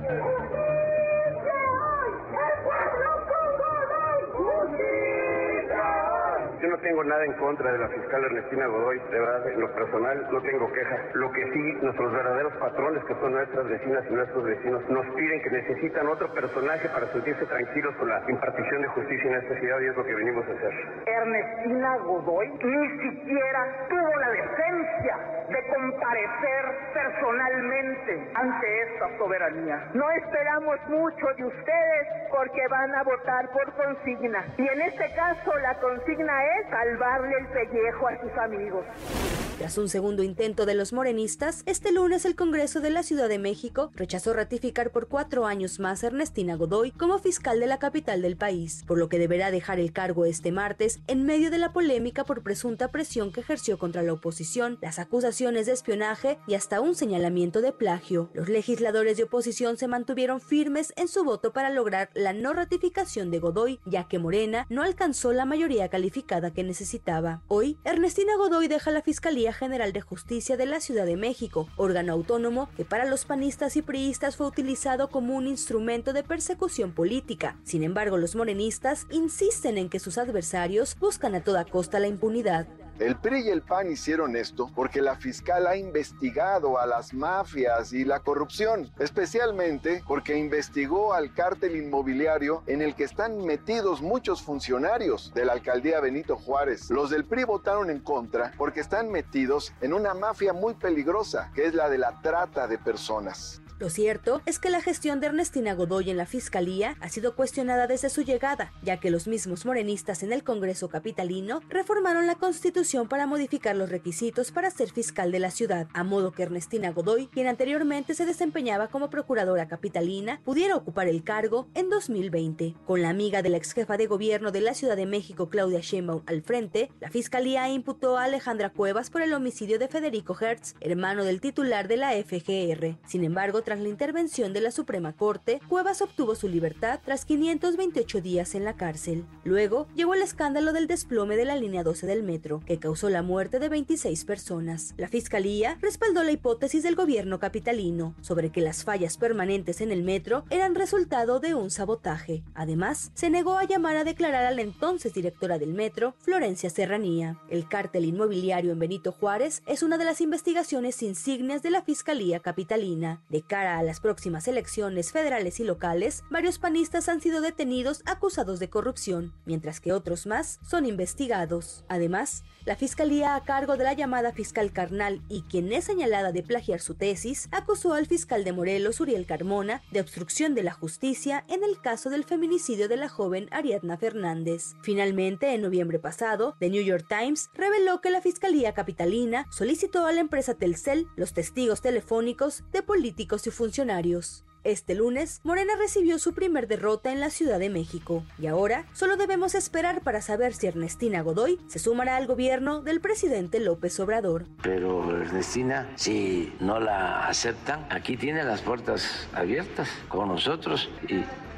Yo no tengo nada en contra de la fiscal Ernestina Godoy, de verdad, en lo personal no tengo quejas. Lo que sí, nuestros verdaderos patrones, que son nuestras vecinas y nuestros vecinos, nos piden que necesitan otro personaje para sentirse tranquilos con la impartición de justicia en esta ciudad, y es lo que venimos a hacer. Ernestina Godoy ni siquiera tuvo la decencia de comparecer personalmente ante esta soberanía. No esperamos mucho de ustedes porque van a votar por consigna, y en este caso la consigna es salvarle el pellejo a sus amigos. Tras un segundo intento de los morenistas, este lunes el Congreso de la Ciudad de México rechazó ratificar por 4 años más a Ernestina Godoy como fiscal de la capital del país, por lo que deberá dejar el cargo este martes en medio de la polémica por presunta presión que ejerció contra la oposición, las acusaciones de espionaje y hasta un señalamiento de plagio. Los legisladores de oposición se mantuvieron firmes en su voto para lograr la no ratificación de Godoy, ya que Morena no alcanzó la mayoría calificada que necesitaba. Hoy, Ernestina Godoy deja la Fiscalía General de Justicia de la Ciudad de México, órgano autónomo que para los panistas y priistas fue utilizado como un instrumento de persecución política. Sin embargo, los morenistas insisten en que sus adversarios buscan a toda costa la impunidad. El PRI y el PAN hicieron esto porque la fiscal ha investigado a las mafias y la corrupción, especialmente porque investigó al cártel inmobiliario en el que están metidos muchos funcionarios de la alcaldía Benito Juárez. Los del PRI votaron en contra porque están metidos en una mafia muy peligrosa, que es la de la trata de personas. Lo cierto es que la gestión de Ernestina Godoy en la Fiscalía ha sido cuestionada desde su llegada, ya que los mismos morenistas en el Congreso capitalino reformaron la Constitución para modificar los requisitos para ser fiscal de la ciudad, a modo que Ernestina Godoy, quien anteriormente se desempeñaba como procuradora capitalina, pudiera ocupar el cargo en 2020. Con la amiga de la exjefa de gobierno de la Ciudad de México, Claudia Sheinbaum, al frente, la Fiscalía imputó a Alejandra Cuevas por el homicidio de Federico Hertz, hermano del titular de la FGR. Sin embargo, tras la intervención de la Suprema Corte, Cuevas obtuvo su libertad tras 528 días en la cárcel. Luego llegó el escándalo del desplome de la línea 12 del metro, que causó la muerte de 26 personas. La Fiscalía respaldó la hipótesis del gobierno capitalino sobre que las fallas permanentes en el metro eran resultado de un sabotaje. Además, se negó a llamar a declarar a la entonces directora del metro, Florencia Serranía. El cártel inmobiliario en Benito Juárez es una de las investigaciones insignias de la Fiscalía capitalina. De cara a las próximas elecciones federales y locales, varios panistas han sido detenidos acusados de corrupción, mientras que otros más son investigados. Además, la Fiscalía a cargo de la llamada fiscal carnal y quien es señalada de plagiar su tesis, acusó al fiscal de Morelos, Uriel Carmona, de obstrucción de la justicia en el caso del feminicidio de la joven Ariadna Fernández. Finalmente, en noviembre pasado, The New York Times reveló que la Fiscalía capitalina solicitó a la empresa Telcel los testigos telefónicos de políticos y funcionarios. Este lunes, Morena recibió su primer derrota en la Ciudad de México, y ahora solo debemos esperar para saber si Ernestina Godoy se sumará al gobierno del presidente López Obrador. Pero Ernestina, si no la aceptan, aquí tiene las puertas abiertas con nosotros y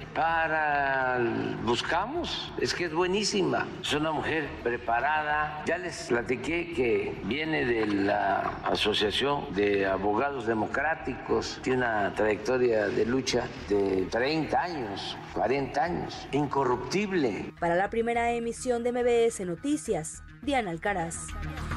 buscamos, es que es buenísima, es una mujer preparada. Ya les platiqué que viene de la Asociación de Abogados Democráticos, tiene una trayectoria de lucha de 30 años, 40 años, incorruptible. Para la primera emisión de MBS Noticias, Diana Alcaraz.